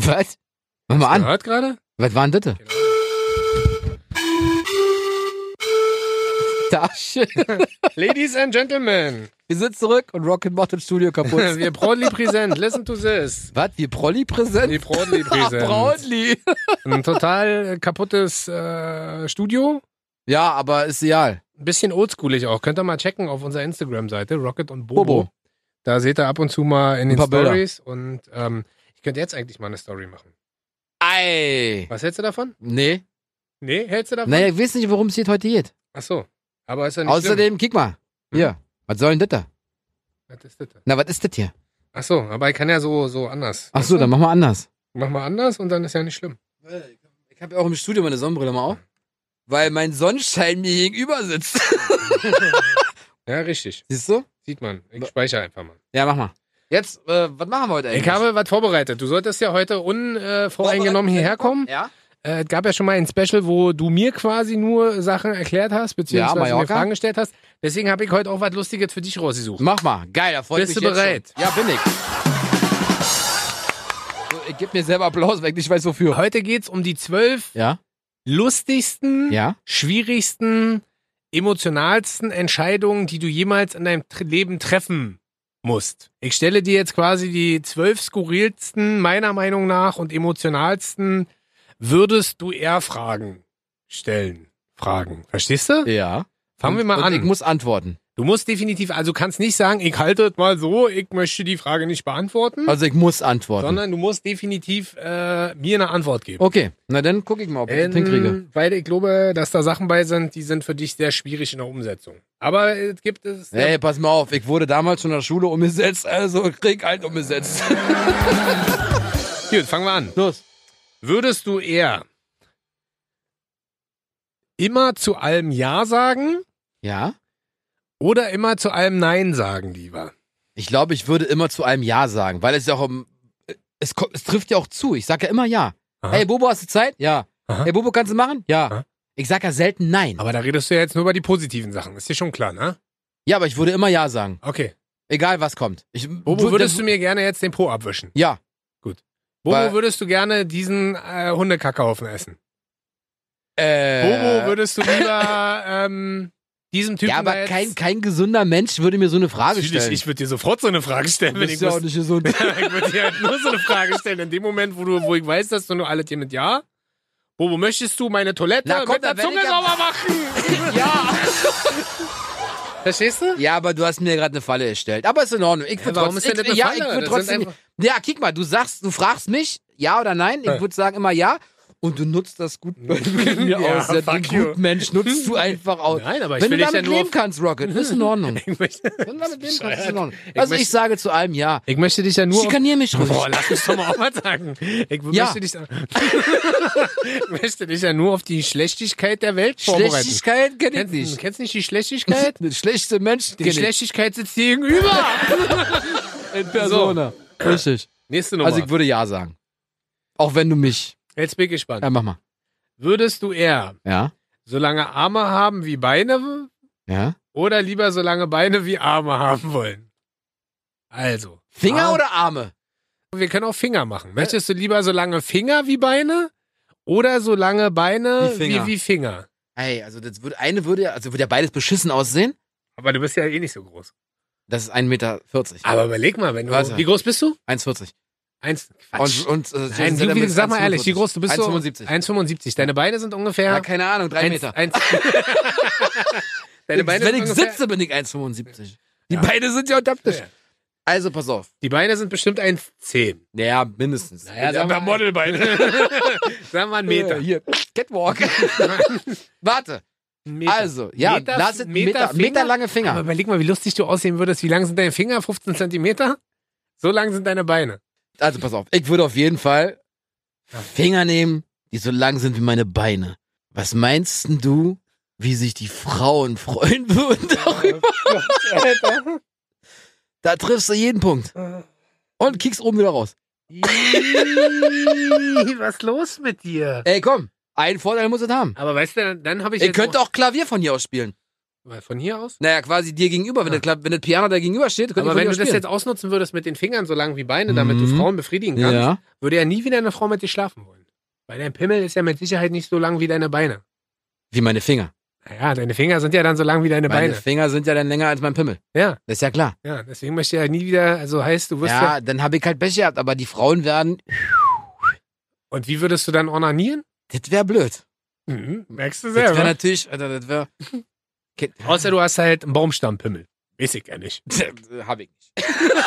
Was? Mach mal an. Gehört gerade? Was war denn das? Tasche. Ladies and Gentlemen, Wir sind zurück und Rocket macht das Studio kaputt. wir proudly present. Listen to this. Was? Wir Prolli präsent? Wir proudly Ach, present. Proudly. Ein total kaputtes Studio. Ja, aber ist egal. Ein bisschen oldschoolig auch. Könnt ihr mal checken auf unserer Instagram-Seite, Rocket und Bobo. Bobo. Da seht ihr ab und zu mal in den paar Bilder. Stories. Und ich könnte jetzt eigentlich mal eine Story machen. Ei. Was hältst du davon? Nee. Nee, hältst du davon? Naja, ich weiß nicht, worum es hier heute geht. Ach so. Aber ist ja nicht Außerdem, kick mal. Hier. Was soll denn das da? schlimm. Was ist das? Na, was ist das hier? Ach so, aber ich kann ja so anders. Ach so, dann mach mal anders. Mach mal anders und dann ist ja nicht schlimm. Ich habe ja auch im Studio meine Sonnenbrille mal auf. Weil mein Sonnenschein mir gegenüber sitzt. Ja, richtig. Siehst du? Sieht man. Ich speichere einfach mal. Ja, mach mal. Jetzt, was machen wir heute eigentlich? Ich habe was vorbereitet. Du solltest ja heute unvoreingenommen hierher kommen. Ja. Es gab ja schon mal ein Special, wo du mir quasi nur Sachen erklärt hast, beziehungsweise mir Mallorca. Fragen gestellt hast. Deswegen habe ich heute auch was Lustiges für dich rausgesucht. Mach mal. Geil, da freut Bist mich du jetzt bereit? Schon. Ja, bin ich. So, ich gebe mir selber Applaus, weil ich nicht weiß wofür. Heute geht's um die 12 Ja? lustigsten, Ja? schwierigsten, emotionalsten Entscheidungen, die du jemals in deinem Leben treffen musst. Ich stelle dir jetzt quasi die 12 skurrilsten, meiner Meinung nach, und emotionalsten würdest du eher Fragen stellen. Fragen. Verstehst du? Ja. Fangen wir mal und an. Ich muss antworten. Du musst definitiv, also kannst nicht sagen, ich halte es mal so, ich möchte die Frage nicht beantworten, Also ich muss antworten. sondern du musst definitiv mir eine Antwort geben. Okay, na dann gucke ich mal, ob ich das hinkriege. Weil ich glaube, dass da Sachen bei sind, die sind für dich sehr schwierig in der Umsetzung. Aber es gibt es. Hey, pass mal auf, ich wurde damals schon in der Schule umgesetzt, also krieg halt umgesetzt. Gut, fangen wir an. Los. Würdest du eher immer zu allem Ja sagen Ja? oder immer zu allem Nein sagen, lieber? Ich glaube, ich würde immer zu einem Ja sagen, weil es ja auch es trifft ja auch zu. Ich sage ja immer Ja. Aha. Hey, Bobo, hast du Zeit? Ja. Aha. Hey, Bobo, kannst du machen? Ja. Aha. Ich sage ja selten Nein. Aber da redest du ja jetzt nur über die positiven Sachen. Ist dir schon klar, ne? Ja, aber ich würde immer Ja sagen. Okay. Egal, was kommt. Bobo, würdest du mir gerne jetzt den Po abwischen? Ja. Bobo, Weil- würdest du gerne diesen Hundekackhaufen essen? Bobo, Bobo würdest du lieber diesem Typen Ja, aber da jetzt... kein gesunder Mensch würde mir so eine Frage Natürlich, stellen. ich würde dir sofort so eine Frage stellen, Du wenn bist ich ja auch wüsste. nicht gesund. Ich würde dir halt nur so eine Frage stellen. In dem Moment, wo ich weiß, dass du nur alles hier mit Ja. Bobo, möchtest du meine Toilette Na, komm, mit der da werd Zunge ich ja- sauber machen? Ja. Verstehst du? Ja, aber du hast mir gerade eine Falle erstellt. Aber ist in Ordnung. Ich würd warum trotzdem, ist denn das eine ja, Falle? ich würde Das sind trotzdem. einfach- Ja, guck mal, du fragst mich, ja oder nein. Ich Ja. würde sagen immer ja. Und du nutzt das gut bei mir Ja, aus. Den fuck you. guten Mensch nutzt du einfach aus. Nein, aber ich Wenn will du dich ja damit nur leben kannst, Rocket, ist in Ordnung. Ich möchte, Wenn du damit leben kannst, ist in Ordnung. Ich Also ich möchte- sage zu allem ja. ich möchte dich ja nur... Schikanier mich ruhig. Boah, lass mich doch mal auch mal sagen. Ich Ja. möchte dich, möchte dich ja nur auf die Schlechtigkeit der Welt vorbereiten. Schlechtigkeit kenn ich Kennst, nicht. kennst nicht die Schlechtigkeit? Der schlechte Mensch Die kenn ich. Schlechtigkeit sitzt dir gegenüber. In Persona. Richtig. Nächste Nummer. Also ich würde ja sagen. Auch wenn du mich... Jetzt bin ich gespannt. Ja, mach mal. Würdest du eher Ja? so lange Arme haben wie Beine Ja? oder lieber so lange Beine wie Arme haben wollen? Also. Finger Arm- oder Arme? Wir können auch Finger machen. Möchtest du lieber so lange Finger wie Beine oder so lange Beine Wie Finger. wie Finger? Ey, also das würde ja beides beschissen aussehen. Aber du bist ja eh nicht so groß. Das ist 1,40 Meter. Aber überleg mal, wenn du. Warte. Wie groß bist du? 1,40. Quatsch. Und Nein, sag mal ehrlich, wie groß du bist? 1,75. 1,75. Deine Beine sind ungefähr. Ja, keine Ahnung, 3 Meter. Deine Beine Wenn sind ich ungefähr, sitze, bin ich 1,75. Die Ja. Beine sind ja unterptisch. Ja. Also, pass auf. Die Beine sind bestimmt 1,10. Naja, mindestens. Naja, sagen wir Modelbeine. Sagen wir einen Meter. Hier, Catwalk. Warte. Ein Meter. Also, ja, Meter- das sind Meter meterlange Aber Finger. überleg mal, wie lustig du aussehen würdest. Wie lang sind deine Finger? 15 Zentimeter? So lang sind deine Beine. Also, pass auf. Ich würde auf jeden Fall Finger nehmen, die so lang sind wie meine Beine. Was meinst denn du, wie sich die Frauen freuen würden darüber? Da triffst du jeden Punkt. Und kickst oben wieder raus. Was ist los mit dir? Ey, komm. Einen Vorteil muss es haben. Aber weißt du, dann habe ich Ihr jetzt könnt auch Klavier von hier aus spielen. Von hier aus? Naja, quasi dir gegenüber. Wenn das Piano da gegenüber steht, könnt ihr Aber von wenn dir du das spielen. jetzt ausnutzen würdest mit den Fingern so lang wie Beine, damit du Frauen befriedigen kannst, Ja. würde ja nie wieder eine Frau mit dir schlafen wollen. Weil dein Pimmel ist ja mit Sicherheit nicht so lang wie deine Beine. Wie meine Finger. Naja, deine Finger sind ja dann so lang wie deine Meine Beine. Finger sind ja dann länger als mein Pimmel. Ja, Das ist ja klar. ja, deswegen möchte ich ja nie wieder, also heißt, du wirst ja. Ja, dann habe ich halt Pech gehabt, aber die Frauen werden, Und wie würdest du dann onanieren? das wäre blöd. Merkst du Das wäre selber. natürlich, Alter, das wäre... Außer du hast halt einen Baumstammpimmel. Weiß ich ja nicht. Hab ich nicht.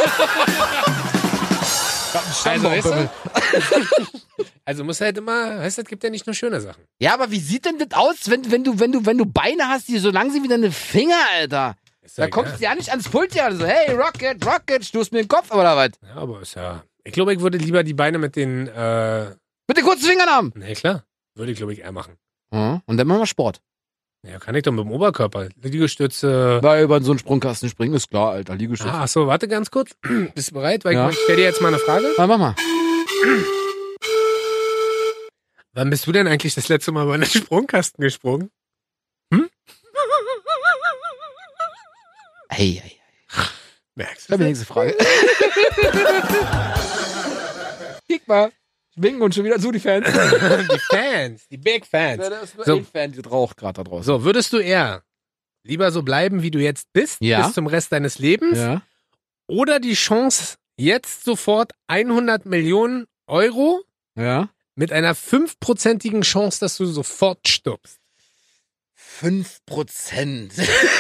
Also, weißt du? Also muss halt immer, weißt du, es gibt ja nicht nur schöne Sachen. Ja, aber wie sieht denn das aus, wenn du Beine hast, die so lang sind wie deine Finger, Alter? Ist ja Da kommst egal. du ja nicht ans Pult, ja, so, hey, Rocket, stoß mir den Kopf, oder was? Ja, aber ist ja. Ich glaube, ich würde lieber die Beine mit den, Mit den kurzen Fingern haben. ne, klar. Würde ich, glaube ich, eher machen. Und dann machen wir Sport. Ja, kann ich doch mit dem Oberkörper. Liegestütze. Weil über so einen Sprungkasten springen ist klar, Alter, Liegestütze. Ach so, warte ganz kurz. Bist du bereit? Weil Ja. ich stelle dir jetzt mal eine Frage. Mach mal. Wann bist du denn eigentlich das letzte Mal über einen Sprungkasten gesprungen? Hey. Merkst Ich habe die nächste Frage. Kick mal. Winken und schon wieder zu, die Fans. Die Fans, die Big Fans. Da ist nur So. ein Fan, der raucht gerade da draußen. So, würdest du eher lieber so bleiben, wie du jetzt bist, Ja. bis zum Rest deines Lebens? Ja. Oder die Chance, jetzt sofort 100 Millionen Euro Ja. mit einer 5%igen Chance, dass du sofort stirbst? 5%.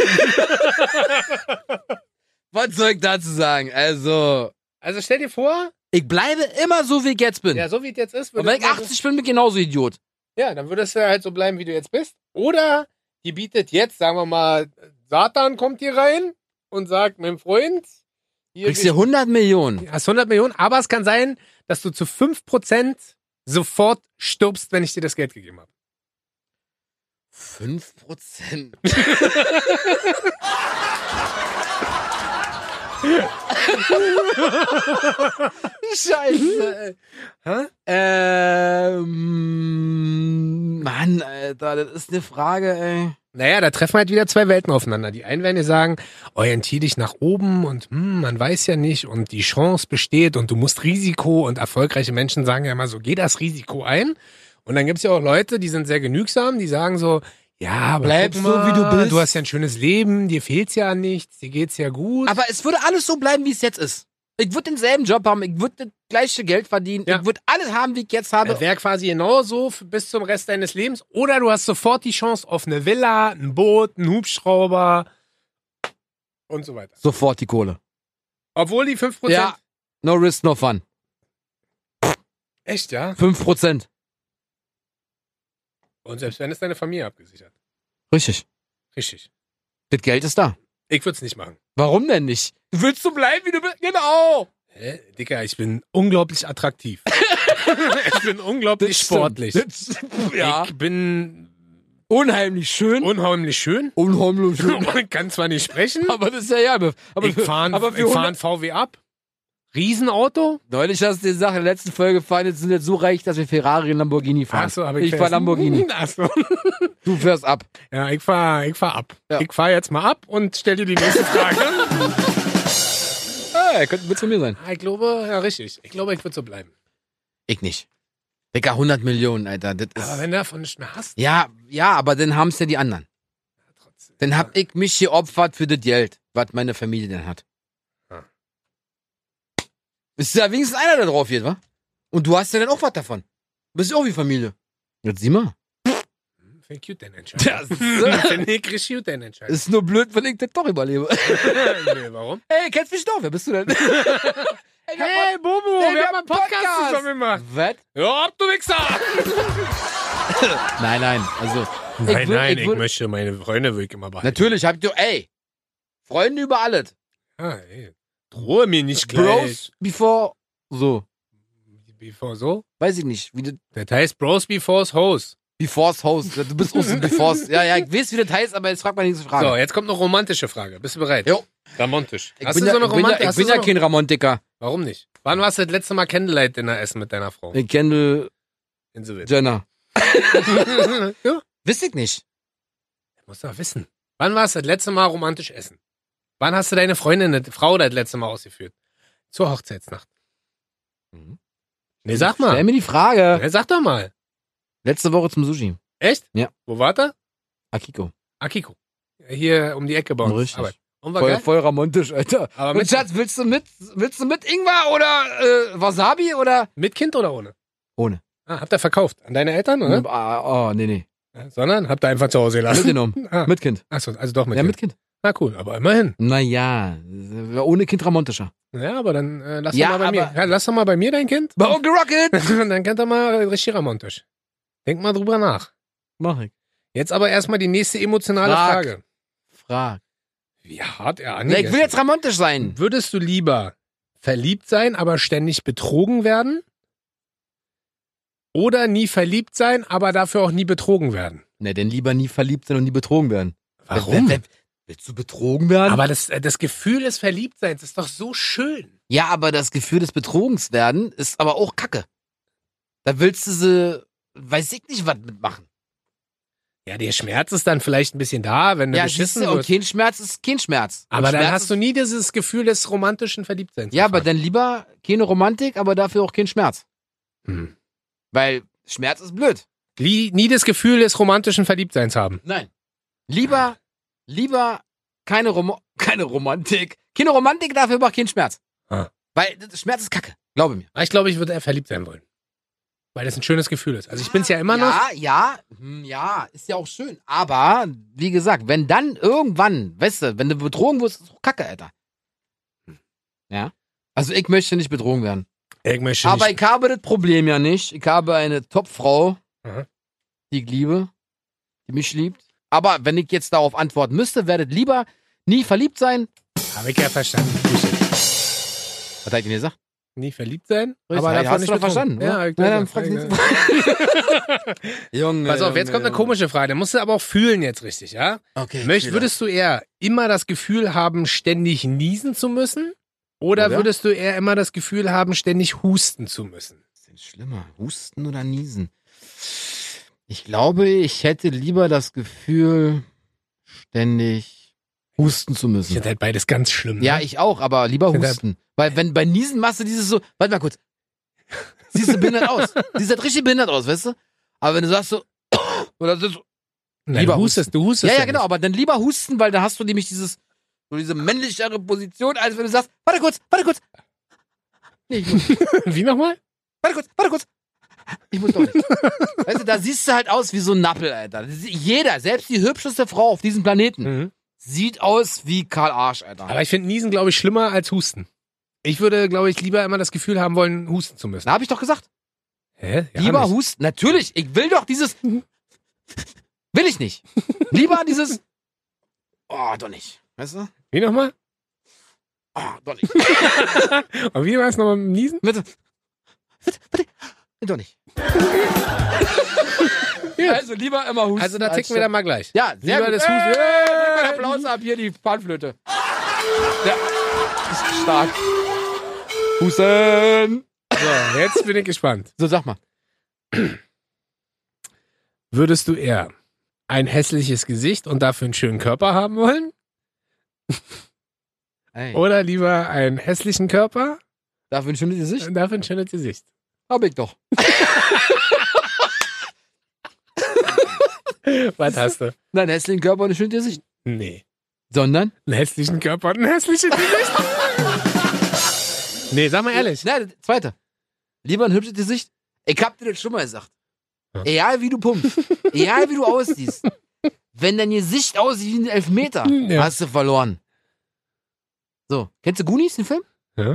Was soll ich dazu sagen? Also, Also stell dir vor, ich bleibe immer so, wie ich jetzt bin. ja, so wie es jetzt ist, Und wenn ich 80 bin, bin ich genauso Idiot. ja, dann würdest du halt so bleiben, wie du jetzt bist. Oder die bietet jetzt, sagen wir mal, Satan kommt hier rein und sagt, mein Freund, hier Kriegst du 100 Millionen. hast 100 Millionen, aber es kann sein, dass du zu 5% sofort stirbst, wenn ich dir das Geld gegeben habe. 5%. Scheiße, ey. Mann, Alter, das ist eine Frage, ey. Naja, da treffen halt wieder zwei Welten aufeinander. Die einen werden dir sagen, orientier dich nach oben und man weiß ja nicht und die Chance besteht und du musst Risiko und erfolgreiche Menschen sagen ja immer so, geh das Risiko ein. Und dann gibt's ja auch Leute, die sind sehr genügsam, die sagen so, ja, aber Bleib guck so, mal, wie du bist. Du hast ja ein schönes Leben, dir fehlt's ja an nichts, dir geht's ja gut. Aber es würde alles so bleiben, wie es jetzt ist. Ich würde denselben Job haben, ich würde das gleiche Geld verdienen, Ja. ich würde alles haben, wie ich jetzt habe. Das wäre quasi genauso bis zum Rest deines Lebens. Oder du hast sofort die Chance auf eine Villa, ein Boot, einen Hubschrauber und so weiter. Sofort die Kohle. Obwohl die 5%... Ja. No risk, no fun. Echt, ja? 5%. Und selbst wenn es deine Familie abgesichert. Richtig. Richtig. Das Geld ist da. Ich würde es nicht machen. Warum denn nicht? Willst du bleiben, wie du bist? Genau. Hä? Dicker, ich bin unglaublich attraktiv. Ich bin unglaublich sportlich. Ja. Ich bin Unheimlich schön. unheimlich schön. Unheimlich schön. Man kann zwar nicht sprechen. Aber das ist ja aber Ich fahre aber für ein VW ab. Riesenauto. Neulich hast du die Sache in der letzten Folge gefahren, jetzt sind jetzt so reich, dass wir Ferrari und Lamborghini fahren. Achso, aber ich fahr Lamborghini. Achso. Du fährst ab. Ja, ich fahr ab. Ja. Ich fahr jetzt mal ab und stell dir die nächste Frage. Hey, könnte mit zu mir sein. Ich glaube, ja, richtig. Ich glaube, ich würde so bleiben. Ich nicht. Digga, 100 Millionen, Alter. Das ist Aber wenn du davon nicht mehr hast, ja, aber dann haben's ja die anderen. trotzdem. Dann hab ich mich geopfert für das Geld, was meine Familie denn hat. Ja. Ist ja wenigstens einer, der drauf geht, wa? Und du hast ja dann auch was davon. Du bist ja auch wie Familie. Jetzt sieh mal. Finde ich cute, deine Entscheidung. Das ist, Finde ich richtig cute, deine Entscheidung. ist nur blöd, wenn ich das doch überlebe. Nee, warum? Hey, kennst mich doch, wer bist du denn? Hey, Bobo, Hey, wir haben einen Podcast zusammen gemacht. Was? Ja, du Wichser! Nein, also. Nein, ich würd- möchte meine Freunde wirklich immer behalten. Natürlich, habt ihr, ey, Freunde über alles. Ah, ey. Drohe mir nicht gleich. Bros before, so. Before so? Weiß ich nicht, wie das, Das heißt Bros before's Hoes. before's Host. Du bist aus dem before's. Ja, ich weiß, wie das heißt, aber jetzt frag mal die nächste Frage. So, jetzt kommt noch romantische Frage. Bist du bereit? Jo. Romantisch. Ich Hast bin du so ja, eine ich bin ja, Romantik? ich bin ja kein Romantiker. Warum nicht? Wann warst du das letzte Mal Candlelight-Dinner essen mit deiner Frau? Ich kenne In so Jenner. Ja. Wisst ich nicht. Musst du doch wissen. Wann warst du das letzte Mal romantisch essen? Wann hast du deine Freundin, eine Frau das letzte Mal ausgeführt? Zur Hochzeitsnacht. Mhm. Nee, sag Stell mal. mir die Frage. Nee, sag doch mal. Letzte Woche zum Sushi. Echt? Ja. Wo war der? Akiko. Akiko. Hier um die Ecke bei uns. Richtig. Arbeit. Und war Voll, geil? voll romantisch, Alter. Aber Und mit, Schatz, willst du mit Ingwer oder Wasabi oder? mit Kind oder ohne? Ohne. Ah, habt ihr verkauft? An deine Eltern, oder? Nee. Sondern habt ihr einfach zu Hause gelassen? Mitgenommen. Ah. Mit Kind. Achso, also doch mit Ja, Kind. mit Kind. Na cool, aber immerhin. Naja, ohne Kind romantischer. Ja, aber dann lass Ja, doch mal bei mir. aber- Ja, lass doch mal bei mir dein Kind. Bei Onkel Rocket! Und dann könnt ihr mal richtig romantisch. Denk mal drüber nach. Mach ich. Jetzt aber erstmal die nächste emotionale Frag. Frage. Frag. Wie hart er Na, angeht. ich will jetzt romantisch sein. Würdest du lieber verliebt sein, aber ständig betrogen werden? Oder nie verliebt sein, aber dafür auch nie betrogen werden? Ne, denn lieber nie verliebt sein und nie betrogen werden. Warum? Willst du betrogen werden? Aber das Gefühl des Verliebtseins ist doch so schön. Ja, aber das Gefühl des Betrogens werden ist aber auch Kacke. Da willst du sie, weiß ich nicht, was mitmachen. Ja, der Schmerz ist dann vielleicht ein bisschen da, wenn du Ja, siehst beschissen du, und wirst. kein Schmerz ist kein Schmerz. Und Aber dann Schmerz hast du nie dieses Gefühl des romantischen Verliebtseins. Ja, aber erfahren. dann lieber keine Romantik, aber dafür auch kein Schmerz. Hm. Weil Schmerz ist blöd. Nie das Gefühl des romantischen Verliebtseins haben. Nein. Lieber keine Romantik. Keine Romantik, dafür aber auch kein Schmerz. Ah. Weil Schmerz ist Kacke. Glaube mir. Ich glaube, ich würde eher verliebt sein wollen. Weil das ein schönes Gefühl ist. Also ich bin es ja immer noch. Ja, ist ja auch schön. Aber, wie gesagt, wenn dann irgendwann, weißt du, wenn du betrogen wirst, ist es auch Kacke, Alter. Ja. Also ich möchte nicht betrogen werden. Ich möchte Aber nicht. ich habe das Problem ja nicht. Ich habe eine Top-Frau, Aha. die ich liebe, die mich liebt. Aber wenn ich jetzt darauf antworten müsste, werdet lieber nie verliebt sein. Habe ich ja verstanden. Was hat ich denn gesagt? Nie verliebt sein. Richtig, Aber ja, davon hast nicht du doch betrogen. verstanden, Ja, oder? ich Na, dann glaube. frag's Junge. Pass auf, jetzt kommt eine Junge. komische Frage. Da musst du aber auch fühlen jetzt richtig, ja? Okay. Würdest du eher immer das Gefühl haben, ständig niesen zu müssen? Oder würdest du eher immer das Gefühl haben, ständig husten zu müssen? Was ist denn schlimmer? Husten oder Niesen? Ich glaube, ich hätte lieber das Gefühl, ständig husten zu Ich müssen. finde halt beides ganz schlimm. Ne? Ja, ich auch, aber lieber Ich find husten. Weil wenn bei Niesen machst du dieses so, warte mal kurz. Siehst du behindert aus. Siehst halt richtig behindert aus, weißt du? Aber wenn du sagst so, oder so, Nein, lieber du hustest ja, genau, aber dann lieber husten, weil da hast du nämlich diese männlichere Position, als wenn du sagst, warte kurz. Nee, ich muss, nicht. Wie nochmal? warte kurz. Ich muss doch nicht. Weißt du, da siehst du halt aus wie so ein Nappel, Alter. Jeder, selbst die hübscheste Frau auf diesem Planeten, Mhm. sieht aus wie Karl Arsch, Alter. Aber ich finde Niesen, glaube ich, schlimmer als Husten. Ich würde, glaube ich, lieber immer das Gefühl haben wollen, husten zu müssen. Da habe ich doch gesagt. Hä? Ja, Lieber nicht. husten. Natürlich, ich will doch dieses. Will ich nicht. Lieber dieses. Oh, doch nicht. Weißt du? Wie nochmal? Oh, doch nicht. Und wie war es nochmal mit dem Niesen? Bitte. Doch nicht. Ja. Also lieber immer husten. Also da ticken wir dann mal gleich. Ja, sehr Lieber gut. das Husten. Mal Applaus ab, hier die Panflöte. Ja, ist stark. Husten. So, jetzt bin ich gespannt. So, sag mal. Würdest du eher ein hässliches Gesicht und dafür einen schönen Körper haben wollen? Ey, Oder lieber einen hässlichen Körper dafür ein schönes Gesicht? und dafür ein schönes Gesicht? Hab ich doch. Was hast du? Nein, hässlichen Körper und ein schönes Gesicht. Nee. Sondern? Einen hässlichen Körper und ein hässliches Gesicht? Nee, sag mal ehrlich. Nein, zweite. Lieber ein hübsches Gesicht. Ich hab dir das schon mal gesagt. Ja. Egal wie du pumpst, egal wie du aussiehst, wenn dein Gesicht aussieht wie ein Elfmeter, Ja. hast du verloren. So, kennst du Goonies, den Film? Ja?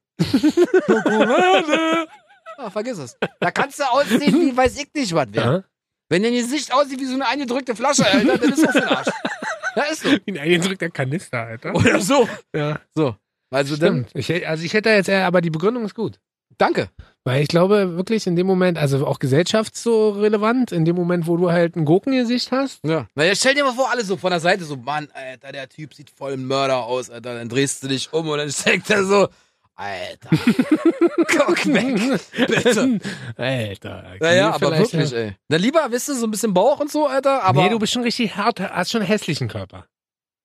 Ah, vergiss es. Da kannst du aussehen wie weiß ich nicht was. Ja? Wenn dein Gesicht aussieht wie so eine eingedrückte Flasche, Alter, dann ist das für den Arsch. Ja, ist so. Wie ein eingedrückter Kanister, Alter. Oder so. Ja, So. Also dann, stimmt. Ich hätte jetzt eher, aber die Begründung ist gut. danke. Weil ich glaube wirklich in dem Moment, also auch gesellschafts-so relevant, in dem Moment, wo du halt ein Gurkengesicht hast. Ja. Na, jetzt stell dir mal vor, alle so von der Seite so, Mann, Alter, der Typ sieht voll ein Mörder aus, Alter. Dann drehst du dich um und dann steckt er so, Alter, guck weg, bitte. Alter. Naja, okay, aber vielleicht, wirklich, ey. Na lieber, wisst du, so ein bisschen Bauch und so, Alter, aber... Nee, du bist schon richtig hart, hast schon einen hässlichen Körper.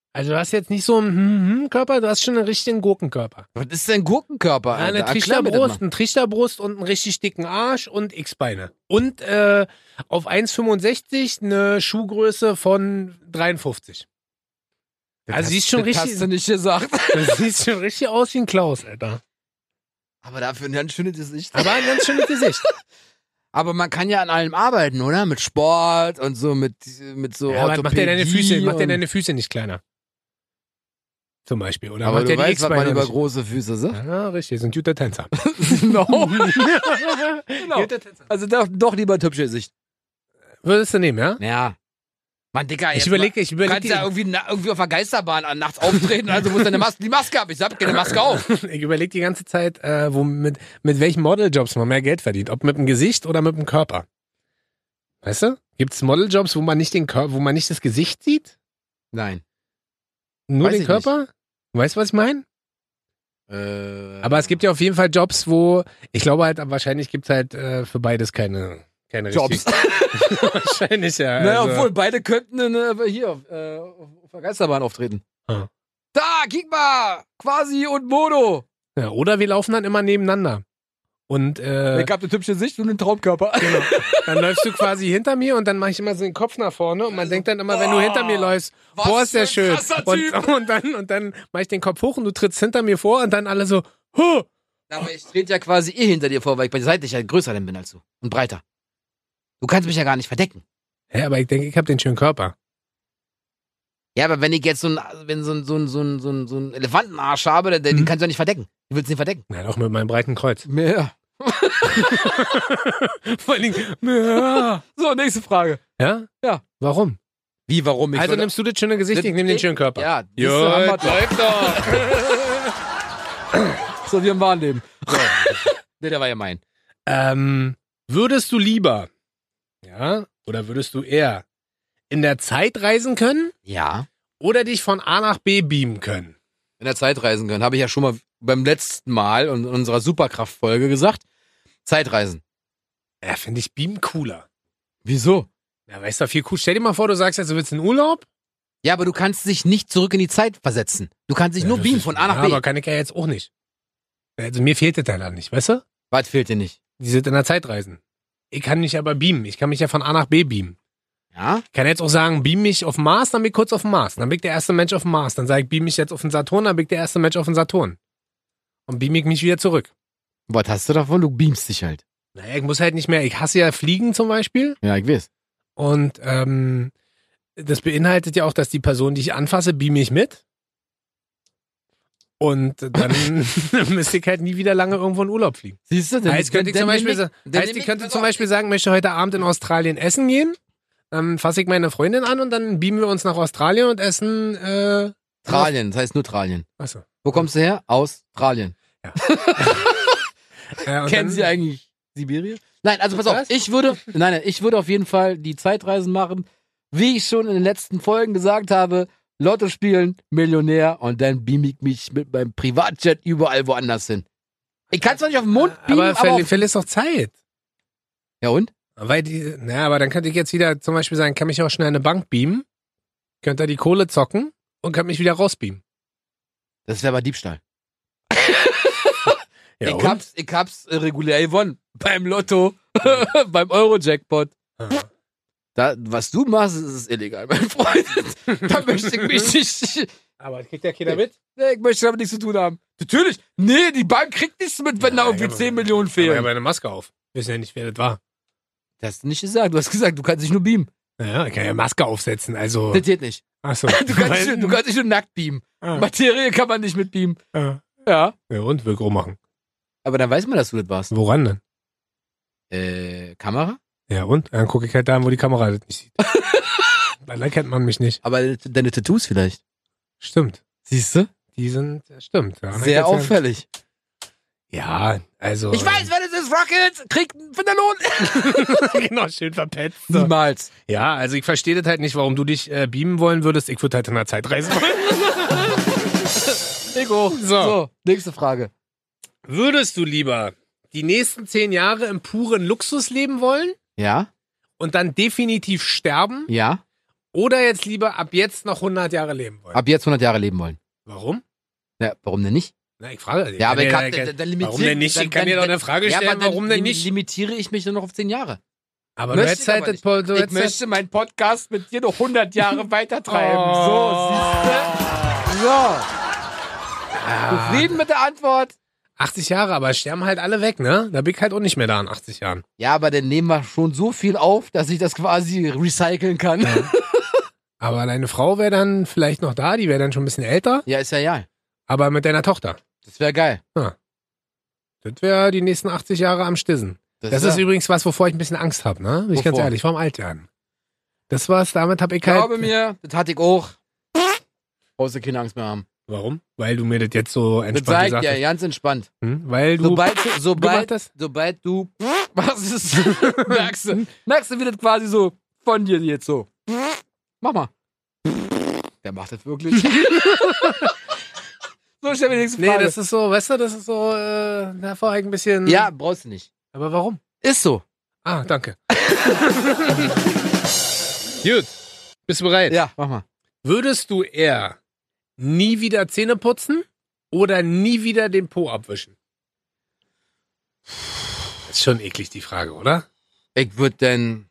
Also du hast jetzt nicht so einen Körper, du hast schon einen richtigen Gurkenkörper. Was ist denn Gurkenkörper, Ja, Alter? eine Trichterbrust und einen richtig dicken Arsch und X-Beine. Und auf 1,65 eine Schuhgröße von 53. Also siehst schon richtig. Hast du nicht gesagt. Das sieht schon richtig aus wie ein Klaus, Alter. Aber dafür ein ganz schönes Gesicht. Aber ein ganz schönes Gesicht. Aber man kann ja an allem arbeiten, oder? Mit Sport und so, mit so Ja, aber macht dir deine Orthopädie Füße nicht kleiner. Zum Beispiel. Oder aber macht du dir die weißt, was man X-Beine über nicht. große Füße sagt. Ja, richtig, sind guter Tänzer. No. Genau. Guter Tänzer. Also doch lieber ein hübsches Gesicht. Würdest du nehmen, ja? Ja. Mann, Digga, Ich jetzt überlege. du kannst ja irgendwie auf der Geisterbahn nachts auftreten, also musst du die Maske ab. Ich hab keine Maske auf. Ich überlege die ganze Zeit, mit welchen Modeljobs man mehr Geld verdient. Ob mit dem Gesicht oder mit dem Körper. Weißt du? Gibt es Modeljobs, wo man nicht das Gesicht sieht? Nein. Nur Weiß den ich Körper? Weißt du, was ich meine? Aber es gibt ja auf jeden Fall Jobs, wo, ich glaube halt, wahrscheinlich gibt es halt für beides keine Jobs. Wahrscheinlich, ja. Naja, Also. obwohl beide könnten hier auf der Geisterbahn auftreten. Ah. Da, guck mal! Quasi und Mono! Ja, oder wir laufen dann immer nebeneinander. Und Ich hab eine hübsche Sicht und einen Traumkörper. genau. Dann läufst du quasi hinter mir und dann mache ich immer so den Kopf nach vorne und man denkt dann immer, wenn du hinter mir läufst, was boah, ist der für ein schön. krasser Und dann mache ich den Kopf hoch und du trittst hinter mir vor und dann alle so, huh. Aber ich trete ja quasi hinter dir vor, weil ich seitlich ja größer bin als du. Und breiter. Du kannst mich ja gar nicht verdecken. Ja, aber ich denke, ich habe den schönen Körper. Ja, aber wenn ich jetzt so einen Elefantenarsch habe, den kannst du ja nicht verdecken. Du willst ihn nicht verdecken. Nein, auch mit meinem breiten Kreuz. Mehr. Vor allen Dingen, ja. So, nächste Frage. Ja? Ja. Warum? Wie, warum? Also nimmst du das schöne Gesicht, ich nehme den schönen Körper. Ja, Jo, läuft doch. So, wie im Wahnleben. So. Nee, der war ja mein. Würdest du lieber, ja, oder würdest du eher in der Zeit reisen können Ja. oder dich von A nach B beamen können? In der Zeit reisen können. Habe ich ja schon mal beim letzten Mal in unserer Superkraft-Folge gesagt. Zeitreisen. Ja, finde ich beamen cooler. Wieso? Ja, weißt du, viel cool. Stell dir mal vor, du sagst jetzt, du willst in Urlaub. Ja, aber du kannst dich nicht zurück in die Zeit versetzen. Du kannst dich nur das beamen ist- von A nach ja, B. aber kann ich ja jetzt auch nicht. Also mir fehlt das dann nicht, weißt du? Was fehlt dir nicht? Die sind in der Zeit reisen. Ich kann mich aber beamen. Ich kann mich ja von A nach B beamen. Ja? Ich kann jetzt auch sagen, beam mich auf den Mars, dann bin ich kurz auf dem Mars. Dann bin ich der erste Mensch auf dem Mars. Dann sage ich, beam mich jetzt auf den Saturn, dann bin ich der erste Mensch auf den Saturn. Und beam ich mich wieder zurück. Was hast du davon? Du beamst dich halt. Naja, ich muss halt nicht mehr, ich hasse ja Fliegen zum Beispiel. Ja, ich weiß. Und das beinhaltet ja auch, dass die Person, die ich anfasse, beam ich mit. Und dann müsste ich halt nie wieder lange irgendwo in Urlaub fliegen. Siehst du? Heißt, könnte ich zum Beispiel sagen, möchte heute Abend in Australien essen gehen. Dann fasse ich meine Freundin an und dann beamen wir uns nach Australien und essen. Australien, das heißt nur Australien. Achso. Wo kommst du her? Aus Australien. Ja, und Kennen dann- Sie eigentlich Sibirien? Nein, also pass auf, Was? ich würde auf jeden Fall die Zeitreisen machen, wie ich schon in den letzten Folgen gesagt habe, Lotto spielen, Millionär und dann beam ich mich mit meinem Privatjet überall woanders hin. Ich kann zwar nicht auf den Mond beamen, Aber verlierst doch Zeit. ja und? Aber dann könnte ich jetzt wieder zum Beispiel sagen, kann mich auch schnell in eine Bank beamen, könnte da die Kohle zocken und kann mich wieder rausbeamen. Das wäre aber Diebstahl. Ja, Ich hab's regulär gewonnen. Beim Lotto, beim Euro-Jackpot. Was du machst, ist illegal, mein Freund. Da möchte ich mich nicht. Aber das kriegt ja keiner mit. Nee, ich möchte damit nichts zu tun haben. Natürlich. Nee, die Bank kriegt nichts mit, wenn da irgendwie 10 Millionen Aber ja fehlen. eine Maske auf. Wir wissen ja nicht, wer das war. Das hast du nicht gesagt. Du hast gesagt, du kannst dich nur beamen. Naja, ich kann ja Maske aufsetzen, also. Das geht nicht. Achso. Du kannst dich nur nackt beamen. Ah. Materie kann man nicht mit beamen. Ja. Ja. Ja, und Wirkung machen. Aber dann weiß man, dass du das warst. Woran denn? Kamera? Ja, und? Dann gucke ich halt da, wo die Kamera das nicht sieht. Dann erkennt man mich nicht. Aber deine Tattoos vielleicht. Stimmt. Siehst du? Die sind, stimmt. Ja, Sehr auffällig. Ja, also. Ich weiß, wer das ist. Rocket kriegt einen Finderlohn. Genau, schön verpetzt. Niemals. Ja, also ich verstehe das halt nicht, warum du dich beamen wollen würdest. Ich würde halt in der Zeit reisen wollen. Ego. So, nächste Frage. Würdest du lieber die nächsten 10 Jahre im puren Luxus leben wollen Ja? und dann definitiv sterben? Ja? Oder jetzt lieber ab jetzt noch 100 Jahre leben wollen? Ab jetzt 100 Jahre leben wollen. Warum? Ja, warum denn nicht? Na, ich frage dich. Ja, aber warum denn nicht? Ich kann dir doch eine Frage stellen, warum denn nicht? Limitiere ich mich nur noch auf 10 Jahre. Aber du hättest halt... Ich möchte meinen Podcast mit dir noch 100 Jahre weitertreiben. So, siehst du? So. Zufrieden mit der Antwort? 80 Jahre, aber es sterben halt alle weg, ne? Da bin ich halt auch nicht mehr da in 80 Jahren. Ja, aber dann nehmen wir schon so viel auf, dass ich das quasi recyceln kann. Ja. Aber deine Frau wäre dann vielleicht noch da, die wäre dann schon ein bisschen älter. Ja, ist ja. Aber mit deiner Tochter. Das wäre geil. Ja. Das wäre die nächsten 80 Jahre am Stissen. Das ist übrigens was, wovor ich ein bisschen Angst habe, ne? Bin ich ganz ehrlich, vorm Altwerden. Das war's, damit habe ich halt... Glaube mir, das hatte ich auch. Brauchst du keine Angst mehr haben. Warum? Weil du mir das jetzt so entspannt gesagt hast. Das zeigt ja, ganz entspannt. Weil du... Sobald du... Was ist... merkst du, wie das quasi so von dir jetzt so... Mach mal. Der macht das wirklich. So, stell mir die nächste Frage. Nee, das ist so, weißt du, das ist so, davor ein bisschen... Ja, brauchst du nicht. Aber warum? Ist so. Ah, danke. Gut. Bist du bereit? Ja, mach mal. Würdest du eher nie wieder Zähne putzen oder nie wieder den Po abwischen? Das ist schon eklig, die Frage, oder? Ich würde denn...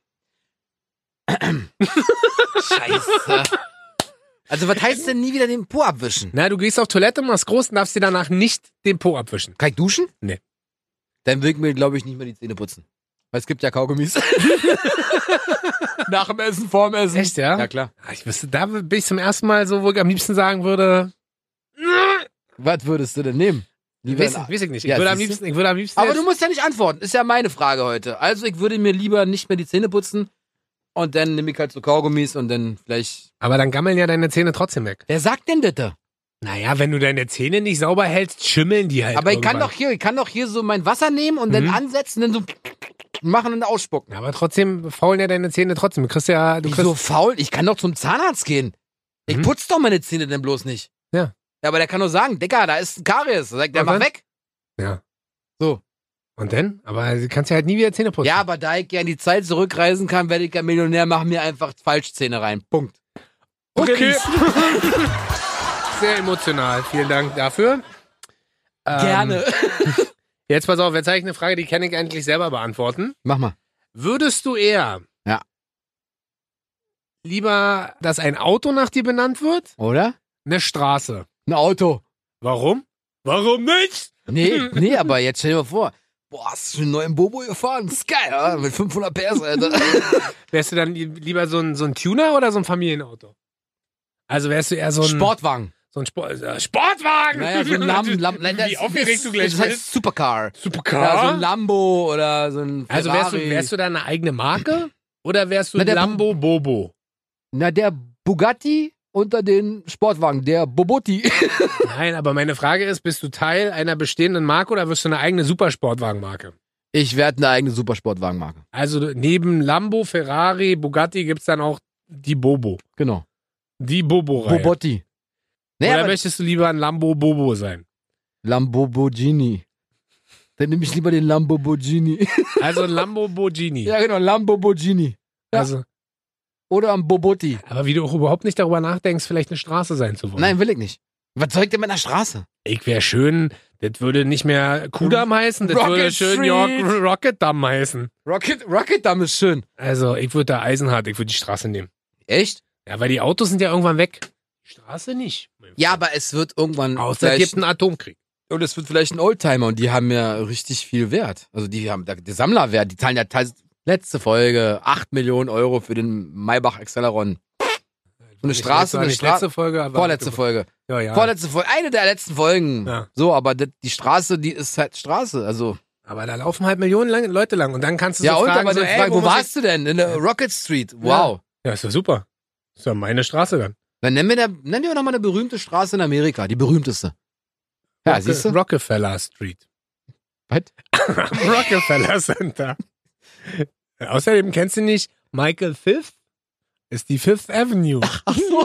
Scheiße. Also, was heißt denn nie wieder den Po abwischen? Na, du gehst auf Toilette, machst groß und darfst dir danach nicht den Po abwischen. Kann ich duschen? Nee. Dann will ich mir, glaube ich, nicht mehr die Zähne putzen. Weil es gibt ja Kaugummis. Nach dem Essen, vorm Essen. Echt, ja? Ja, klar. Ich wüsste, da bin ich zum ersten Mal so, wo ich am liebsten sagen würde... Was würdest du denn nehmen? Weiß ich nicht. Ich Ja, würde am liebsten... Aber du musst ja nicht antworten. Ist ja meine Frage heute. Also, ich würde mir lieber nicht mehr die Zähne putzen. Und dann nehme ich halt so Kaugummis und dann vielleicht... Aber dann gammeln ja deine Zähne trotzdem weg. Wer sagt denn das? Naja, wenn du deine Zähne nicht sauber hältst, schimmeln die halt Aber ich irgendwann. kann doch hier so mein Wasser nehmen und dann ansetzen, dann so machen und ausspucken. Aber trotzdem faulen ja deine Zähne trotzdem. Du kriegst ja... Wieso faul? Ich kann doch zum Zahnarzt gehen. Ich putze doch meine Zähne denn bloß nicht. Ja. Ja, aber der kann doch sagen, Digga, da ist ein Karies. Da sagt der, mach weg. Ja. So. Und dann? Aber du kannst ja halt nie wieder Zähne putzen. Ja, aber da ich ja in die Zeit zurückreisen kann, werde ich ja Millionär, mach mir einfach Falschzähne rein. Punkt. Okay. Sehr emotional. Vielen Dank dafür. Gerne. Jetzt pass auf, jetzt habe ich eine Frage, die kann ich eigentlich selber beantworten. Mach mal. Würdest du eher lieber, dass ein Auto nach dir benannt wird? Oder? Eine Straße. Ein Auto. Warum? Warum nicht? Nee, aber jetzt stell dir mal vor. Boah, hast du einen neuen Bobo gefahren? Das ist geil, oder? Mit 500 PS, Alter. Wärst du dann lieber so ein Tuner oder so ein Familienauto? Also wärst du eher so ein... Sportwagen. So ein Sportwagen! Naja, so ein Wie aufgeregt du gleich Das heißt bist. Supercar. Supercar? Ja, so ein Lambo oder so ein Ferrari. Also wärst du da eine eigene Marke? Oder wärst du Na, der Lambo Bobo? Na, der Bugatti unter den Sportwagen, der Bobotti. Nein, aber meine Frage ist, bist du Teil einer bestehenden Marke oder wirst du eine eigene Supersportwagenmarke? Ich werde eine eigene Supersportwagenmarke. Also neben Lambo, Ferrari, Bugatti gibt's dann auch die Bobo. Genau. Die Bobo-Reihe. Bobotti. Nee, Oder aber möchtest du lieber ein Lambo Bobo sein? Lamborghini. Dann nehme ich lieber den Lamborghini. Also ein Lamborghini. Ja, genau, Lamborghini. Ja. Also, Oder am Bobotti. aber wie du auch überhaupt nicht darüber nachdenkst, vielleicht eine Straße sein zu wollen. Nein, will ich nicht. Was soll ich denn mit einer Straße? Ich wäre schön, das würde nicht mehr Kudamm heißen, das Rocket würde schön Street. York Rocketdamm heißen. Rocket Damm ist schön. Also, ich würde da Eisenhart, ich würde die Straße nehmen. Echt? Ja, weil die Autos sind ja irgendwann weg. Die Straße nicht. Ja, aber es wird irgendwann Außer es gibt einen Atomkrieg. und es wird vielleicht ein Oldtimer und die haben ja richtig viel Wert. Also die haben der Sammlerwert, die zahlen ja letzte Folge 8 Millionen Euro für den Maybach Acceleron. Und eine Straße, nicht letzte Folge, aber vorletzte Folge. Ja. Vorletzte Folge, eine der letzten Folgen. Ja. So, aber die Straße, die ist halt Straße, also. Aber da laufen halt Millionen Leute lang und dann kannst du Ja, so und fragen, aber so, dann frag, wo muss warst du denn? In der Rocket Street. Wow. Ja, ist doch super. Ist doch meine Straße dann. Dann nenn dir doch mal eine berühmte Straße in Amerika, die berühmteste. Ja, siehst du? Rockefeller Street. Was? Rockefeller Center. Außerdem kennst du nicht Michael Fifth? Ist die Fifth Avenue. Ach so.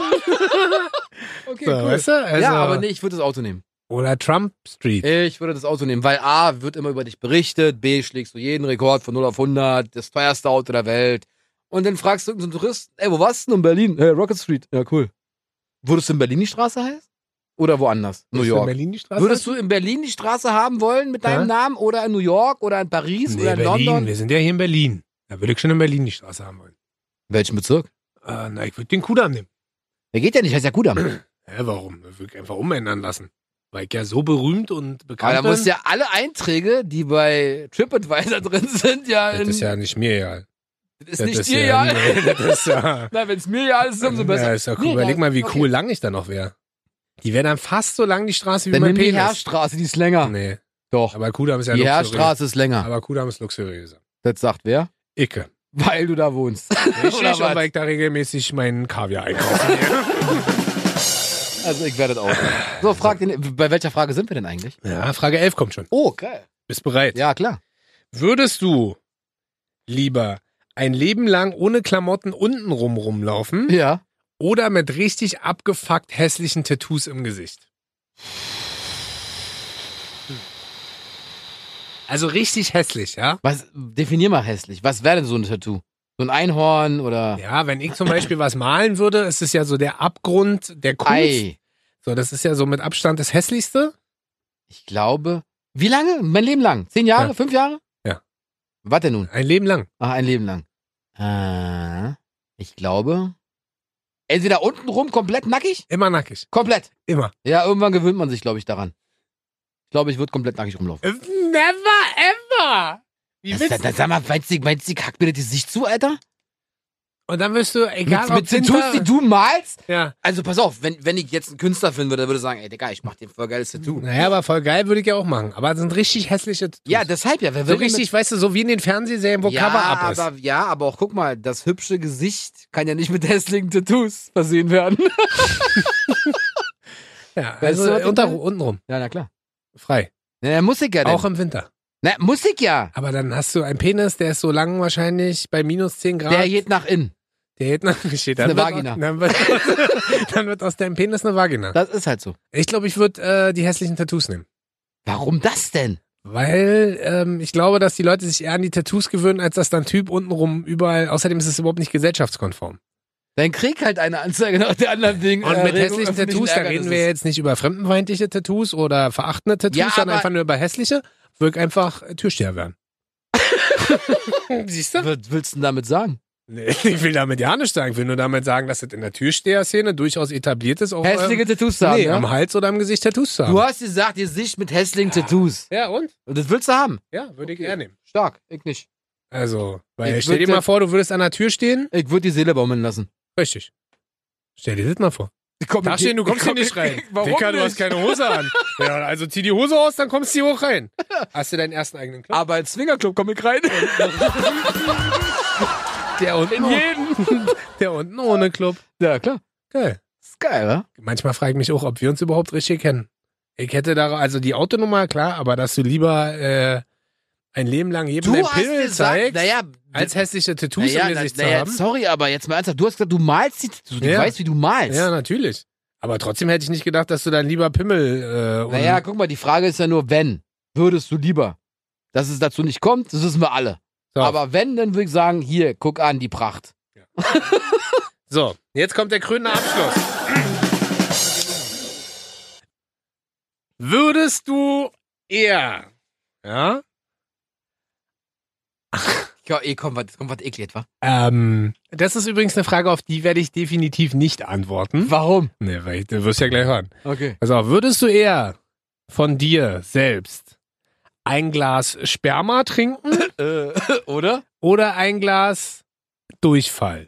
Okay, So, cool. weißt du? Also, Ja, aber nee, ich würde das Auto nehmen. Oder Trump Street. Ich würde das Auto nehmen, weil A, wird immer über dich berichtet, B, schlägst du jeden Rekord von 0 auf 100, das teuerste Auto der Welt und dann fragst du irgendeinen Touristen, ey, wo warst du denn in Berlin? Hey, Rocket Street. Ja, cool. Würdest du in Berlin die Straße heißen? Oder woanders? New Würdest du in York. Berlin die Straße Würdest du in Berlin die Straße haben wollen mit deinem Namen oder in New York oder in Paris Nee, oder in Berlin. London? Wir sind ja hier in Berlin. Da würde ich schon in Berlin die Straße haben wollen. Welchen Bezirk? Na, ich würde den Kudamm nehmen. Der geht ja nicht, heißt ja Kudamm. Hä, warum? Das würde ich einfach umändern lassen. Weil ich ja so berühmt und bekannt Aber da bin. musst ja alle Einträge, die bei TripAdvisor drin sind, ja Das ist ja nicht mir egal. Das ist Das nicht ist dir ja, egal. nee, das ist ja... Na, wenn es mir egal ist, umso besser. Ja, ist ja cool. Nee, Überleg mal, wie okay. cool lang ich da noch wäre. Die wäre dann fast so lang, die Straße, wie Dann mein nimm die Penis. Heerstraße, die ist länger. Nee, Doch. aber Kudamm ist ja Die luxuriös. Heerstraße ist länger. Aber Kudamm ist luxuriöser. Das sagt wer? Icke. Weil du da wohnst. Richtig, Oder und was? weil ich da regelmäßig meinen Kaviar einkaufen gehe. Also ich werde das auch. So, frag den, bei welcher Frage sind wir denn eigentlich? Ja, Frage 11 kommt schon. Oh, geil. Bist bereit? Ja, klar. Würdest du lieber ein Leben lang ohne Klamotten untenrum rumlaufen Ja. oder mit richtig abgefuckt hässlichen Tattoos im Gesicht? Also richtig hässlich, ja? Definier mal hässlich. Was wäre denn so ein Tattoo? So ein Einhorn oder Ja, wenn ich zum Beispiel was malen würde, ist es ja so der Abgrund der Kunst. Ei? So, das ist ja so mit Abstand das Hässlichste. Ich glaube. Wie lange? Mein Leben lang? 10 Jahre? Ja. 5 Jahre? Ja. Was denn nun? Ein Leben lang. Ach, ein Leben lang. Ich glaube. Entweder untenrum komplett nackig? Immer nackig. Komplett. Immer. Ja, irgendwann gewöhnt man sich, glaube ich, daran. Ich glaube, ich würde komplett nackig rumlaufen. Never ever. Wie willst du? Sag mal, meinst du, die kackt mir das Gesicht zu, Alter? Und dann wirst du, egal ob Mit Tattoos, die du malst? Ja. Also pass auf, wenn ich jetzt einen Künstler finden würde, der würde sagen, ey Digga, ich mach dir ein voll geiles Tattoo. Naja, aber voll geil würde ich ja auch machen. Aber das sind richtig hässliche Tattoos. Ja, deshalb ja. Wer so will denn richtig, weißt du, so wie in den Fernsehserien, wo mit, ja, Cover-Up ist. aber auch guck mal, das hübsche Gesicht kann ja nicht mit hässlichen Tattoos versehen werden. Ja, Weißt also du, was ich meine? untenrum. Ja, na klar. Frei. Na, Musik ja denn. Auch im Winter. Na, Musik ja. Aber dann hast du einen Penis, der ist so lang wahrscheinlich bei minus 10 Grad. Der geht nach innen. Der geht nach steht. Eine Dann wird Vagina. dann wird aus deinem Penis eine Vagina. Das ist halt so. Ich glaube, ich würde die hässlichen Tattoos nehmen. Warum das denn? Weil ich glaube, dass die Leute sich eher an die Tattoos gewöhnen, als dass dann Typ untenrum überall. Außerdem ist es überhaupt nicht gesellschaftskonform. Dann krieg halt eine Anzeige nach der anderen Ding. Und mit Regung hässlichen öffentlichen Tattoos, da reden Ärgernisses. wir jetzt nicht über fremdenfeindliche Tattoos oder verachtende Tattoos, Ja, sondern aber- einfach nur über hässliche. Würde einfach Türsteher werden. Siehst du? Was willst du denn damit sagen? Nee, ich will damit ja nicht sagen. Ich will nur damit sagen, dass es in der Türsteher-Szene durchaus etabliert ist, auch Hässliche Tattoos zu haben, nee, ja? am Hals oder am Gesicht Tattoos zu haben. Du hast gesagt, Gesicht mit hässlichen Tattoos. Ja, und? Und das willst du haben? Ja, würde ich eher nehmen. Stark. Ich nicht. Also, weil Ich stell dir würd mal vor, du würdest an der Tür stehen. Ich würde die Seele baumeln lassen. Richtig. Stell dir das mal vor. Da stehen, du kommst hier nicht rein. Warum Dicker, du nicht? hast keine Hose an. Ja, also zieh die Hose aus, dann kommst du hier hoch rein. Hast du deinen ersten eigenen Club? Aber als Swingerclub komm ich rein. Der unten In jeden. Der unten ohne Club. Ja, klar. Geil. Ist geil, wa? Manchmal frage ich mich auch, ob wir uns überhaupt richtig kennen. Ich hätte da, also die Autonummer, klar, aber dass du lieber ein Leben lang jedem Du dein hast Pimmel gesagt, zeigst, naja, als hässliche Tattoos im Gesicht zu haben. sorry, aber jetzt mal ernsthaft, du hast gesagt, du malst die Tattoos. Du Ja. weißt, wie du malst. Ja, natürlich. Aber trotzdem hätte ich nicht gedacht, dass du dann lieber Pimmel Naja, guck mal, die Frage ist ja nur, wenn. Würdest du lieber? Dass es dazu nicht kommt, das wissen wir alle. so. Aber wenn, dann würde ich sagen, hier, guck an, die Pracht. So, jetzt kommt der krönende Abschluss. Würdest du eher, ja, Ja, komm, was eklig, wa? das ist übrigens eine Frage, auf die werde ich definitiv nicht antworten. Warum? Nee, weil du wirst ja gleich hören. Okay. Also, würdest du eher von dir selbst ein Glas Sperma trinken Oder? oder ein Glas Durchfall?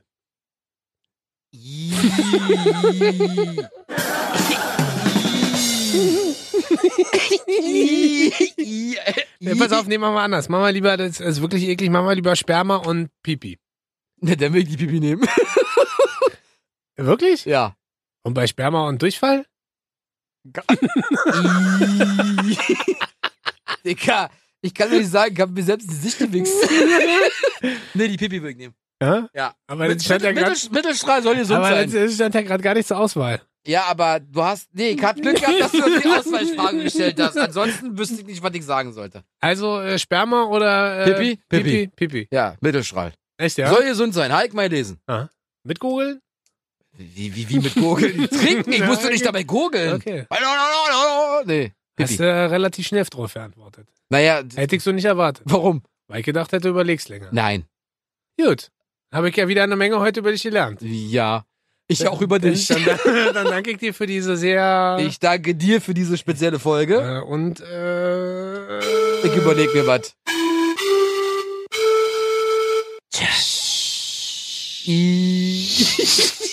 Ja, pass auf, nee, machen wir anders. Machen wir lieber, das ist wirklich eklig, machen wir lieber Sperma und Pipi. Ne, dann will ich die Pipi nehmen. Wirklich? Ja. Und bei Sperma und Durchfall? Digga, ich kann mir nicht sagen, ich hab mir selbst in die Sicht gewichst. Ne, die Pipi will ich nehmen. Ja? Ja. Aber das stand ja gerade Mittelstrahl soll gesund sein. das stand ja gerade gar nicht zur Auswahl. Ja, aber du hast, nee, ich hab Glück gehabt, dass du uns die Ausweichfragen gestellt hast. Ansonsten wüsste ich nicht, was ich sagen sollte. Also Sperma oder Pipi? Pipi? Pipi. Ja, Mittelstrahl. Echt, ja? Soll gesund sein. Heik mal lesen. Aha. Mit googeln? Wie mit Gurgeln? Trinken? Ich musste nicht dabei gurgeln. Okay. Nee. Hast du relativ schnell drauf geantwortet. Naja, Hätte ich so nicht erwartet. warum? Weil ich gedacht hätte, du überlegst länger. Nein. Gut. Habe ich ja wieder eine Menge heute über dich gelernt. Ja. Ich auch über dich. Dann danke ich dir für diese sehr... Ich danke dir für diese spezielle Folge. Ich überleg mir was. Tja.